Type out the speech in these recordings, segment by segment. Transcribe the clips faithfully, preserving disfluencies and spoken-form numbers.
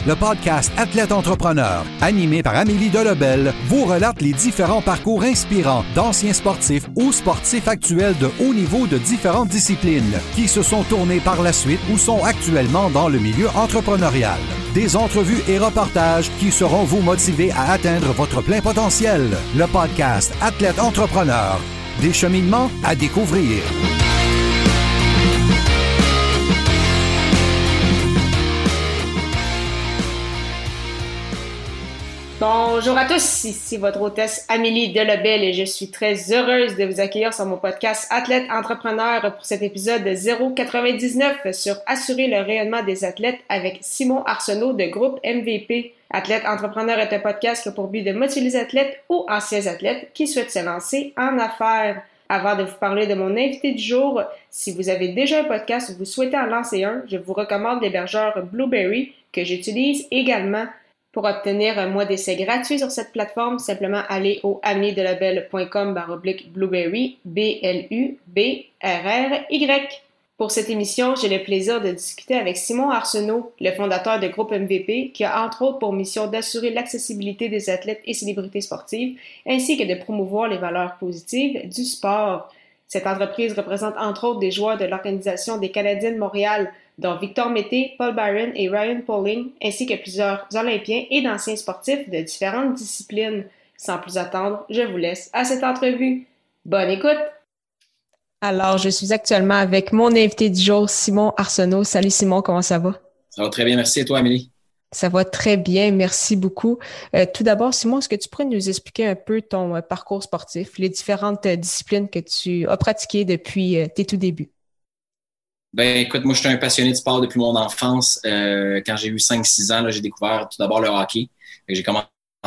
Le podcast Athlète Entrepreneur, animé par Amélie Delobel, vous relate les différents parcours inspirants d'anciens sportifs ou sportifs actuels de haut niveau de différentes disciplines qui se sont tournés par la suite ou sont actuellement dans le milieu entrepreneurial. Des entrevues et reportages qui sauront vous motiver à atteindre votre plein potentiel. Le podcast Athlète Entrepreneur, des cheminements à découvrir. Bonjour à tous, ici votre hôtesse Amélie Delobel et je suis très heureuse de vous accueillir sur mon podcast Athlète Entrepreneur pour cet épisode zéro quatre-vingt-dix-neuf sur assurer le rayonnement des athlètes avec Simon Arsenault de groupe M V P. Athlète Entrepreneur est un podcast qui a pour but de motiver les athlètes ou anciens athlètes qui souhaitent se lancer en affaires. Avant de vous parler de mon invité du jour, si vous avez déjà un podcast ou vous souhaitez en lancer un, je vous recommande l'hébergeur Blubrry que j'utilise également. Pour obtenir un mois d'essai gratuit sur cette plateforme, simplement allez au ameliedelobel point com barre oblique Blubrry, B L U B R R Y. Pour cette émission, j'ai le plaisir de discuter avec Simon Arsenault, le fondateur de groupe M V P, qui a entre autres pour mission d'assurer l'accessibilité des athlètes et célébrités sportives, ainsi que de promouvoir les valeurs positives du sport. Cette entreprise représente entre autres des joueurs de l'Organisation des Canadiens de Montréal, dont Victor Mété, Paul Byron et Ryan Pauling, ainsi que plusieurs Olympiens et d'anciens sportifs de différentes disciplines. Sans plus attendre, je vous laisse à cette entrevue. Bonne écoute! Alors, je suis actuellement avec mon invité du jour, Simon Arsenault. Salut Simon, comment ça va? Ça va très bien, merci. Et toi, Amélie? Ça va très bien, merci beaucoup. Euh, tout d'abord, Simon, est-ce que tu pourrais nous expliquer un peu ton euh, parcours sportif, les différentes euh, disciplines que tu as pratiquées depuis euh, tes tout débuts? Ben, écoute, moi, je suis un passionné de sport depuis mon enfance. Euh, quand j'ai eu cinq six ans, là, j'ai découvert tout d'abord le hockey. J'ai commencé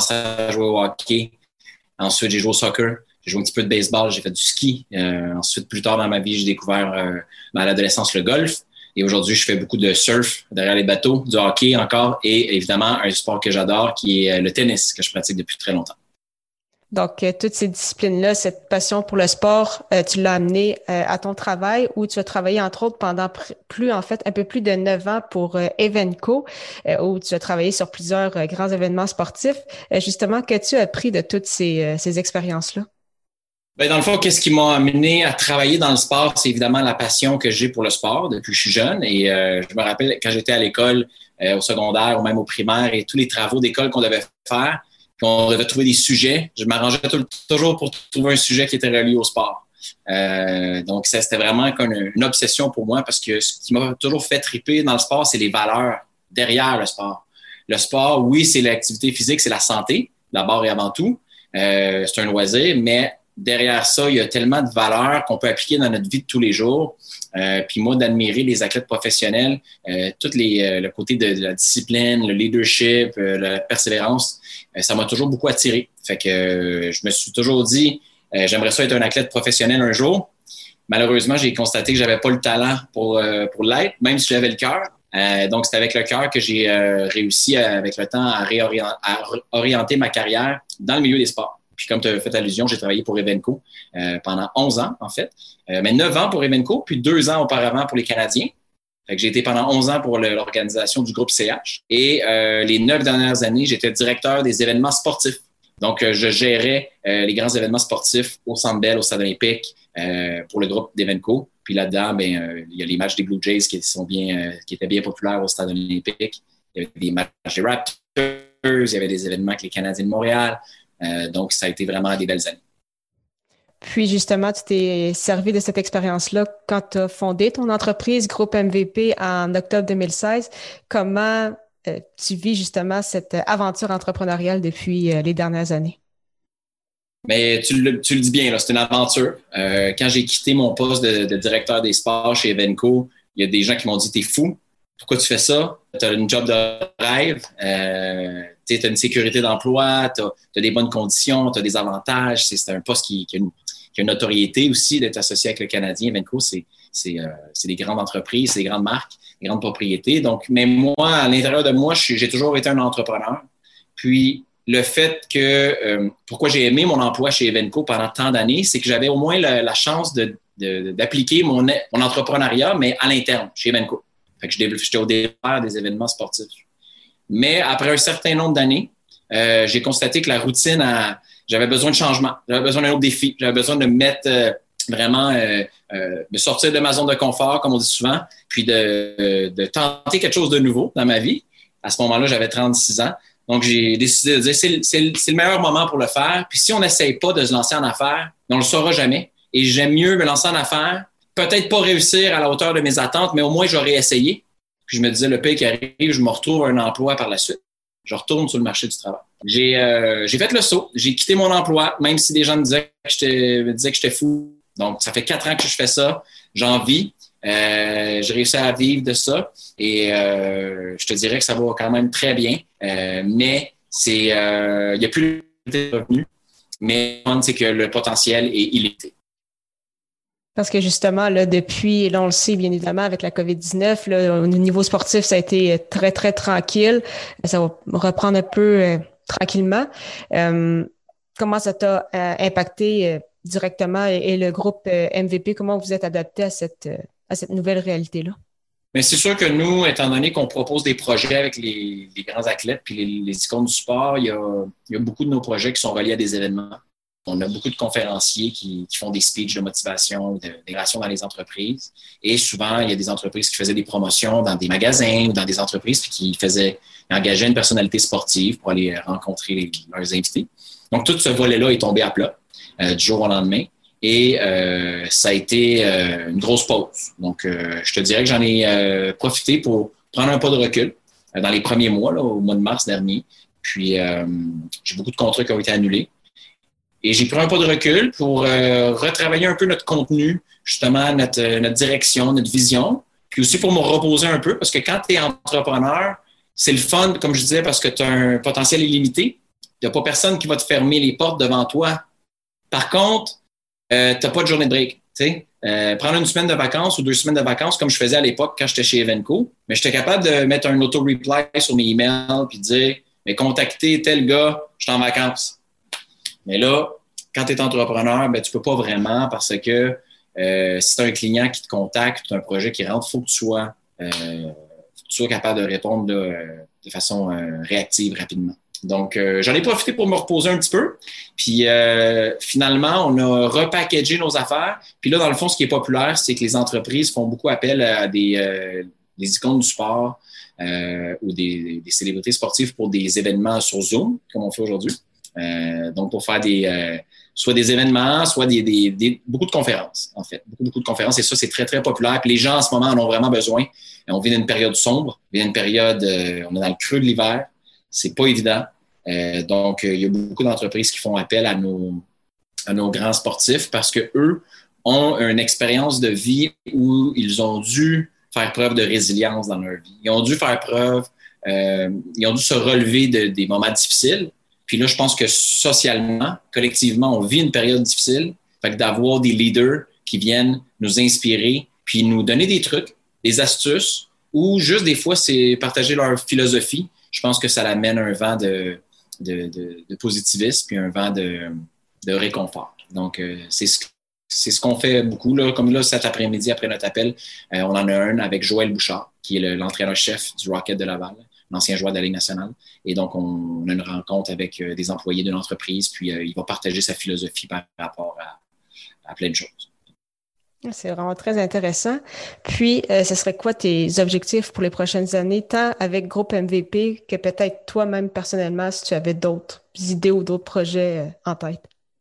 à jouer au hockey. Ensuite, j'ai joué au soccer. J'ai joué un petit peu de baseball. J'ai fait du ski. Euh, ensuite, plus tard dans ma vie, j'ai découvert euh, à l'adolescence le golf. Et aujourd'hui, je fais beaucoup de surf derrière les bateaux, du hockey encore et évidemment un sport que j'adore qui est le tennis que je pratique depuis très longtemps. Donc, euh, toutes ces disciplines-là, cette passion pour le sport, euh, tu l'as amené euh, à ton travail où tu as travaillé, entre autres, pendant pr- plus, en fait, un peu plus de neuf ans pour euh, Evenco, euh, où tu as travaillé sur plusieurs euh, grands événements sportifs. Euh, justement, qu'as-tu appris de toutes ces, euh, ces expériences-là? Ben, dans le fond, qu'est-ce qui m'a amené à travailler dans le sport? C'est évidemment la passion que j'ai pour le sport depuis que je suis jeune. Et euh, je me rappelle quand j'étais à l'école, euh, au secondaire ou même au primaire, et tous les travaux d'école qu'on devait faire, puis on devait trouver des sujets. Je m'arrangeais tout, toujours pour trouver un sujet qui était relié au sport. Euh, donc, ça, c'était vraiment comme une, une obsession pour moi parce que ce qui m'a toujours fait triper dans le sport, c'est les valeurs derrière le sport. Le sport, oui, c'est l'activité physique, c'est la santé, d'abord et avant tout. Euh, c'est un loisir, mais derrière ça, il y a tellement de valeurs qu'on peut appliquer dans notre vie de tous les jours. Euh, puis moi, d'admirer les athlètes professionnels, euh, tout les, euh, le côté de, de la discipline, le leadership, euh, la persévérance, euh, ça m'a toujours beaucoup attiré. Fait que euh, je me suis toujours dit, euh, j'aimerais ça être un athlète professionnel un jour. Malheureusement, j'ai constaté que j'avais pas le talent pour, euh, pour l'être, même si j'avais le cœur. Euh, donc, c'est avec le cœur que j'ai euh, réussi, à, avec le temps, à réorienter à orienter ma carrière dans le milieu des sports. Puis comme tu as fait allusion, j'ai travaillé pour Evenco euh, pendant onze ans, en fait. Euh, mais neuf ans pour Evenco, puis deux ans auparavant pour les Canadiens. Fait que j'ai été pendant onze ans pour le, l'organisation du groupe C H. Et euh, les neuf dernières années, j'étais directeur des événements sportifs. Donc, euh, je gérais euh, les grands événements sportifs au Centre Bell, au Stade olympique, euh, pour le groupe d'Evenco. Puis là-dedans, ben, euh, il y a les matchs des Blue Jays qui, sont bien, euh, qui étaient bien populaires au Stade olympique. Il y avait des matchs des Raptors, il y avait des événements avec les Canadiens de Montréal. Euh, donc, ça a été vraiment des belles années. Puis justement, tu t'es servi de cette expérience-là quand tu as fondé ton entreprise Groupe M V P en octobre deux mille seize. Comment euh, tu vis justement cette aventure entrepreneuriale depuis euh, les dernières années? Mais tu le, tu le dis bien, là, c'est une aventure. Euh, quand j'ai quitté mon poste de, de directeur des sports chez Evenco, il y a des gens qui m'ont dit « T'es fou, pourquoi tu fais ça? Tu as une job de rêve, euh, tu as une sécurité d'emploi, tu as des bonnes conditions, tu as des avantages. C'est, c'est un poste qui, qui, a une, qui a une notoriété aussi d'être associé avec le Canadien. Evenco, c'est, c'est, euh, c'est des grandes entreprises, c'est des grandes marques, des grandes propriétés. Donc, mais moi, à l'intérieur de moi, je, j'ai toujours été un entrepreneur. Puis, le fait que, euh, pourquoi j'ai aimé mon emploi chez Evenco pendant tant d'années, c'est que j'avais au moins la, la chance de, de, d'appliquer mon, mon entrepreneuriat, mais à l'interne, chez Evenco. Fait que j'étais au départ des événements sportifs. Mais après un certain nombre d'années, euh, j'ai constaté que la routine, a, j'avais besoin de changement, j'avais besoin d'un autre défi, j'avais besoin de me mettre euh, vraiment, euh, euh, de sortir de ma zone de confort, comme on dit souvent, puis de, de tenter quelque chose de nouveau dans ma vie. À ce moment-là, j'avais trente-six ans. Donc, j'ai décidé de dire, c'est, c'est, c'est le meilleur moment pour le faire. Puis si on n'essaye pas de se lancer en affaires, on ne le saura jamais. Et j'aime mieux me lancer en affaires, peut-être pas réussir à la hauteur de mes attentes, mais au moins, j'aurais essayé. Puis je me disais, le pays qui arrive, je me retrouve un emploi par la suite. Je retourne sur le marché du travail. J'ai, euh, j'ai fait le saut. J'ai quitté mon emploi, même si des gens me disaient que j'étais, me disaient que j'étais fou. Donc, ça fait quatre ans que je fais ça. J'en vis. Euh, j'ai réussi à vivre de ça. Et euh, je te dirais que ça va quand même très bien. Euh, mais c'est, euh, il n'y a plus de revenus. Mais c'est que le potentiel est illimité. Parce que justement, là, depuis, là, on le sait bien évidemment, avec la covid dix-neuf, là, au niveau sportif, ça a été très, très tranquille. Ça va reprendre un peu euh, tranquillement. Euh, comment ça t'a euh, impacté euh, directement et, et le groupe euh, M V P, comment vous êtes adapté à cette, euh, à cette nouvelle réalité-là? Mais c'est sûr que nous, étant donné qu'on propose des projets avec les, les grands athlètes puis les, les icônes du sport, il y, a, il y a beaucoup de nos projets qui sont reliés à des événements. On a beaucoup de conférenciers qui, qui font des speeches de motivation, d'intégration dans les entreprises. Et souvent, il y a des entreprises qui faisaient des promotions dans des magasins ou dans des entreprises puis qui faisaient engager une personnalité sportive pour aller rencontrer les, leurs invités. Donc, tout ce volet-là est tombé à plat euh, du jour au lendemain. Et euh, ça a été euh, une grosse pause. Donc, euh, je te dirais que j'en ai euh, profité pour prendre un pas de recul euh, dans les premiers mois, là, au mois de mars dernier. Puis, euh, j'ai beaucoup de contrats qui ont été annulés. Et j'ai pris un pas de recul pour euh, retravailler un peu notre contenu, justement, notre, notre direction, notre vision. Puis aussi pour me reposer un peu, parce que quand tu es entrepreneur, c'est le fun, comme je disais, parce que tu as un potentiel illimité. Il n'y a pas personne qui va te fermer les portes devant toi. Par contre, euh, tu n'as pas de journée de break. Euh, prendre une semaine de vacances ou deux semaines de vacances, comme je faisais à l'époque quand j'étais chez Evenco, mais j'étais capable de mettre un auto-reply sur mes emails puis de dire « Mais contactez tel gars, je suis en vacances. » Mais là, quand tu es entrepreneur, ben, tu peux pas vraiment parce que euh, si tu as un client qui te contacte, tu as un projet qui rentre, il faut que tu sois, euh, faut que tu sois capable de répondre là, de façon euh, réactive rapidement. Donc, euh, j'en ai profité pour me reposer un petit peu. Puis, euh, finalement, on a repackagé nos affaires. Puis là, dans le fond, ce qui est populaire, c'est que les entreprises font beaucoup appel à des, euh, des icônes du sport euh, ou des, des célébrités sportives pour des événements sur Zoom, comme on fait aujourd'hui. Euh, donc, pour faire des, euh, soit des événements, soit des, des, des, beaucoup de conférences, en fait. Beaucoup, beaucoup de conférences. Et ça, c'est très, très populaire. Puis les gens, en ce moment, en ont vraiment besoin. On vit d'une période sombre. On vit d'une période, euh, on est dans le creux de l'hiver. C'est pas évident. Euh, donc, euh, il y a beaucoup d'entreprises qui font appel à nos, à nos grands sportifs parce que eux ont une expérience de vie où ils ont dû faire preuve de résilience dans leur vie. Ils ont dû faire preuve, euh, ils ont dû se relever de, des moments difficiles. Puis là, je pense que socialement, collectivement, on vit une période difficile. Fait que d'avoir des leaders qui viennent nous inspirer puis nous donner des trucs, des astuces ou juste des fois, c'est partager leur philosophie. Je pense que ça l'amène un vent de, de, de, de positivisme puis un vent de, de réconfort. Donc, euh, c'est ce, c'est ce qu'on fait beaucoup. Là. Comme là, cet après-midi, après notre appel, euh, on en a un avec Joël Bouchard, qui est le, l'entraîneur-chef du Rocket de Laval, l'ancien joueur de la Ligue nationale. Et donc, on, on a une rencontre avec euh, des employés de l'entreprise, puis euh, il va partager sa philosophie par rapport à, à plein de choses. C'est vraiment très intéressant. Puis, euh, ce serait quoi tes objectifs pour les prochaines années, tant avec Groupe M V P que peut-être toi-même personnellement, si tu avais d'autres idées ou d'autres projets euh, en tête?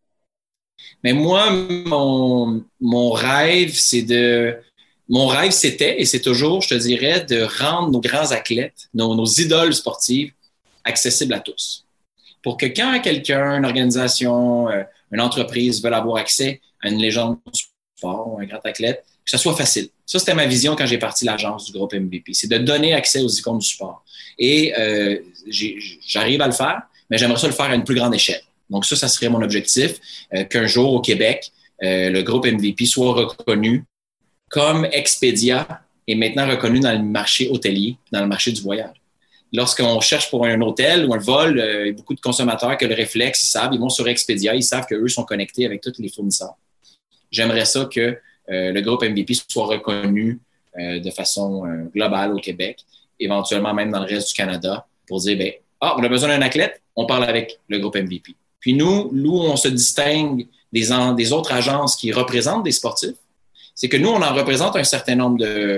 Mais moi, mon, mon rêve, c'est de... Mon rêve, c'était, et c'est toujours, je te dirais, de rendre nos grands athlètes, nos, nos idoles sportives, accessibles à tous. Pour que quand quelqu'un, une organisation, euh, une entreprise veulent avoir accès à une légende du sport, un grand athlète, que ça soit facile. Ça, c'était ma vision quand j'ai parti l'agence du groupe M V P. C'est de donner accès aux icônes du sport. Et euh, j'ai, j'arrive à le faire, mais j'aimerais ça le faire à une plus grande échelle. Donc ça, ça serait mon objectif, euh, qu'un jour au Québec, euh, le groupe M V P soit reconnu comme Expedia est maintenant reconnu dans le marché hôtelier, dans le marché du voyage. Lorsqu'on cherche pour un hôtel ou un vol, euh, il y a beaucoup de consommateurs qui ont le réflexe, ils savent, ils vont sur Expedia, ils savent qu'eux sont connectés avec tous les fournisseurs. J'aimerais ça que euh, le groupe M V P soit reconnu euh, de façon euh, globale au Québec, éventuellement même dans le reste du Canada, pour dire, ben, ah, on a besoin d'un athlète, on parle avec le groupe M V P. Puis nous, nous, on se distingue des, des autres agences qui représentent des sportifs, c'est que nous, on en représente un certain nombre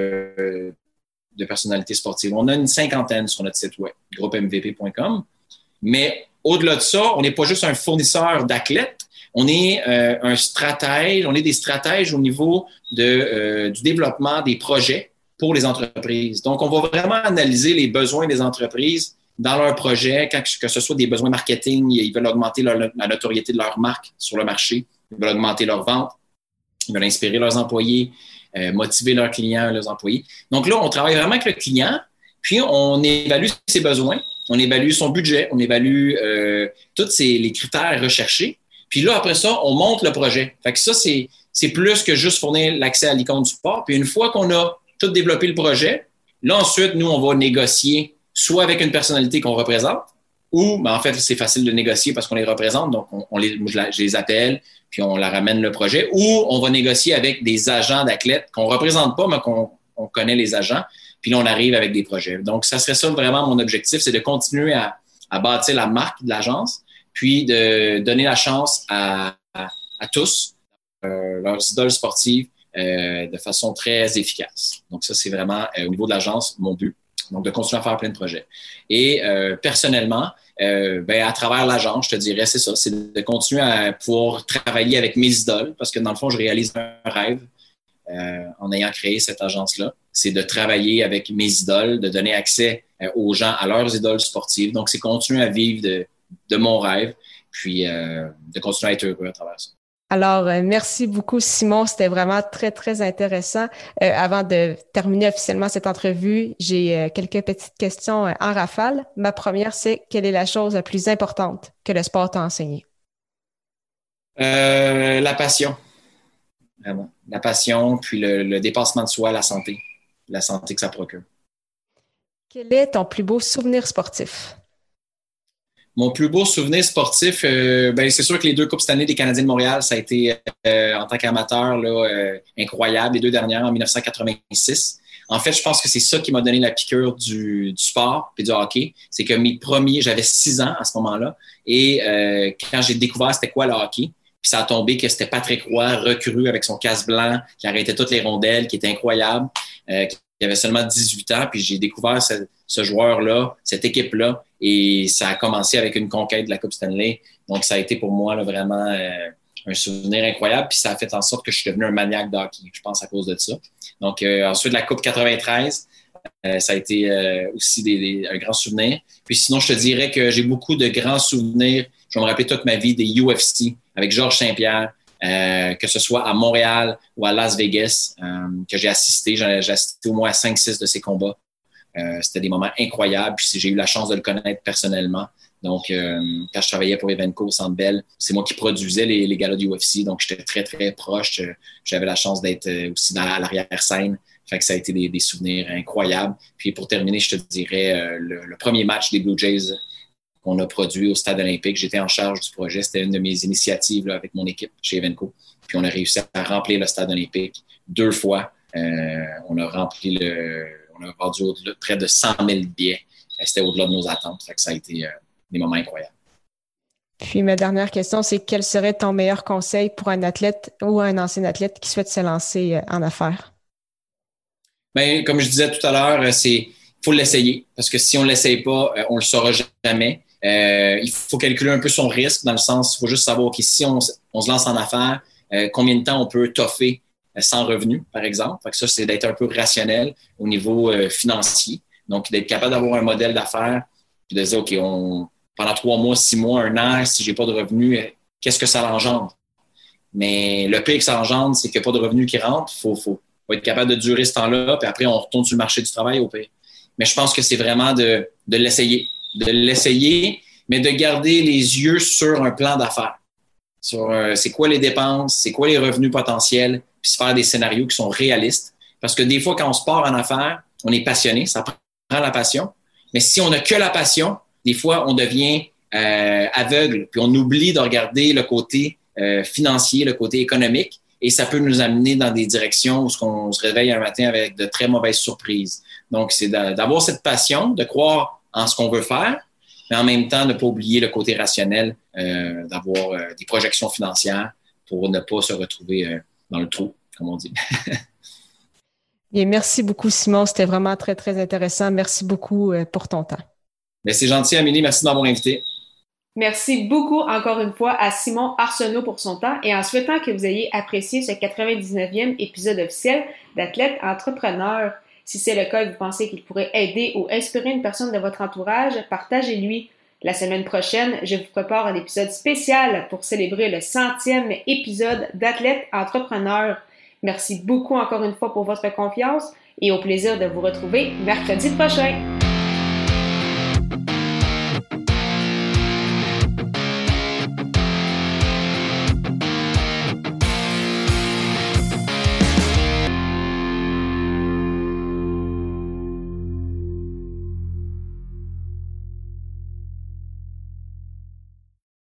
de, de personnalités sportives. On a une cinquantaine sur notre site web, groupe m v p point com. Mais au-delà de ça, on n'est pas juste un fournisseur d'athlètes, on est euh, un stratège, on est des stratèges au niveau de, euh, du développement des projets pour les entreprises. Donc, on va vraiment analyser les besoins des entreprises dans leurs projets, quand, que ce soit des besoins marketing, ils veulent augmenter leur, la notoriété de leur marque sur le marché, ils veulent augmenter leurs ventes, ils veulent inspirer leurs employés, euh, motiver leurs clients, leurs employés. Donc là, on travaille vraiment avec le client, puis on évalue ses besoins, on évalue son budget, on évalue euh, tous ces, les critères recherchés. Puis là, après ça, on monte le projet. Fait que ça, c'est, c'est plus que juste fournir l'accès à l'icône du sport. Puis une fois qu'on a tout développé le projet, là, ensuite, nous, on va négocier soit avec une personnalité qu'on représente, ou, ben, en fait, c'est facile de négocier parce qu'on les représente, donc on, on les, je, je les appelle, puis on leur ramène le projet, ou on va négocier avec des agents d'athlètes qu'on ne représente pas, mais qu'on on connaît les agents, puis là, on arrive avec des projets. Donc, ça serait ça vraiment mon objectif, c'est de continuer à, à bâtir la marque de l'agence, puis de donner la chance à, à, à tous, euh, leurs idoles sportives, euh, de façon très efficace. Donc, ça, c'est vraiment, euh, au niveau de l'agence, mon but. Donc, de continuer à faire plein de projets. Et euh, personnellement, euh, ben, à travers l'agence, je te dirais, c'est ça, c'est de continuer à pouvoir travailler avec mes idoles, parce que dans le fond, je réalise un rêve euh, en ayant créé cette agence-là. C'est de travailler avec mes idoles, de donner accès euh, aux gens à leurs idoles sportives. Donc, c'est continuer à vivre de, de mon rêve, puis euh, de continuer à être heureux à travers ça. Alors, euh, merci beaucoup, Simon. C'était vraiment très, très intéressant. Euh, avant de terminer officiellement cette entrevue, j'ai euh, quelques petites questions euh, en rafale. Ma première, c'est quelle est la chose la plus importante que le sport t'a enseigné? Euh, la passion. Vraiment. La passion, puis le, le dépassement de soi, la santé. La santé que ça procure. Quel est ton plus beau souvenir sportif? Mon plus beau souvenir sportif, euh, ben c'est sûr que les deux Coupes Stanley des Canadiens de Montréal, ça a été, euh, en tant qu'amateur, là, euh, incroyable. Les deux dernières en dix-neuf cent quatre-vingt-six. En fait, je pense que c'est ça qui m'a donné la piqûre du, du sport et du hockey. C'est que mes premiers, j'avais six ans à ce moment-là, et euh, quand j'ai découvert c'était quoi le hockey, puis ça a tombé que c'était Patrick Roy, recru avec son casque blanc, qui arrêtait toutes les rondelles, qui était incroyable, euh, qui avait seulement dix-huit ans, puis j'ai découvert ce, ce joueur-là, cette équipe-là, et ça a commencé avec une conquête de la Coupe Stanley. Donc, ça a été pour moi là, vraiment euh, un souvenir incroyable, puis ça a fait en sorte que je suis devenu un maniaque de hockey, je pense, à cause de ça. Donc, euh, ensuite, la Coupe quatre-vingt-treize, euh, ça a été euh, aussi des, des, un grand souvenir. Puis sinon, je te dirais que j'ai beaucoup de grands souvenirs. Je vais me rappeler toute ma vie des U F C avec Georges Saint-Pierre, Euh, que ce soit à Montréal ou à Las Vegas, euh, que j'ai assisté. J'ai, j'ai assisté au moins à cinq six de ces combats. Euh, c'était des moments incroyables. Puis j'ai eu la chance de le connaître personnellement. Donc, euh, quand je travaillais pour Evenco au Centre Bell, c'est moi qui produisais les, les galas du U F C. Donc, j'étais très, très proche. J'avais la chance d'être aussi dans, à l'arrière-scène. Fait que ça a été des, des souvenirs incroyables. Puis pour terminer, je te dirais euh, le, le premier match des Blue Jays qu'on a produit au Stade olympique. J'étais en charge du projet. C'était une de mes initiatives là, avec mon équipe chez Evenco. Puis on a réussi à remplir le Stade olympique deux fois. Euh, on a rempli le... On a vendu au-delà, près de cent mille billets. C'était au-delà de nos attentes. Fait que ça a été euh, des moments incroyables. Puis ma dernière question, c'est quel serait ton meilleur conseil pour un athlète ou un ancien athlète qui souhaite se lancer en affaires? Bien, comme je disais tout à l'heure, c'est faut l'essayer. Parce que si on ne l'essaye pas, on ne le saura jamais. Euh, il faut calculer un peu son risque, dans le sens, il faut juste savoir que si on, on se lance en affaires, euh, combien de temps on peut toffer euh, sans revenu, par exemple. Fait que ça, c'est d'être un peu rationnel au niveau euh, financier. Donc, d'être capable d'avoir un modèle d'affaires, puis de se dire, OK, on, pendant trois mois, six mois, un an, si j'ai pas de revenus, euh, qu'est-ce que ça engendre? Mais le pire que ça engendre, c'est qu'il n'y a pas de revenus qui rentrent. Il faut, faut, faut être capable de durer ce temps-là, puis après, on retourne sur le marché du travail au pire. Mais je pense que c'est vraiment de, de l'essayer. de l'essayer, mais de garder les yeux sur un plan d'affaires. Sur euh, c'est quoi les dépenses, c'est quoi les revenus potentiels, puis se faire des scénarios qui sont réalistes. Parce que des fois, quand on se part en affaires, on est passionné, ça prend la passion. Mais si on n'a que la passion, des fois, on devient euh, aveugle, puis on oublie de regarder le côté euh, financier, le côté économique, et ça peut nous amener dans des directions où on se réveille un matin avec de très mauvaises surprises. Donc, c'est d'avoir cette passion, de croire en ce qu'on veut faire, mais en même temps, ne pas oublier le côté rationnel euh, d'avoir euh, des projections financières pour ne pas se retrouver euh, dans le trou, comme on dit. Bien, merci beaucoup, Simon. C'était vraiment très, très intéressant. Merci beaucoup euh, pour ton temps. Mais c'est gentil, Amélie. Merci de m'avoir invité. Merci beaucoup encore une fois à Simon Arsenault pour son temps et en souhaitant que vous ayez apprécié ce quatre-vingt-dix-neuvième épisode officiel d'Athlète Entrepreneur. Si c'est le cas et que vous pensez qu'il pourrait aider ou inspirer une personne de votre entourage, partagez-lui. La semaine prochaine, je vous prépare un épisode spécial pour célébrer le centième épisode d'Athlète Entrepreneur. Merci beaucoup encore une fois pour votre confiance et au plaisir de vous retrouver mercredi prochain.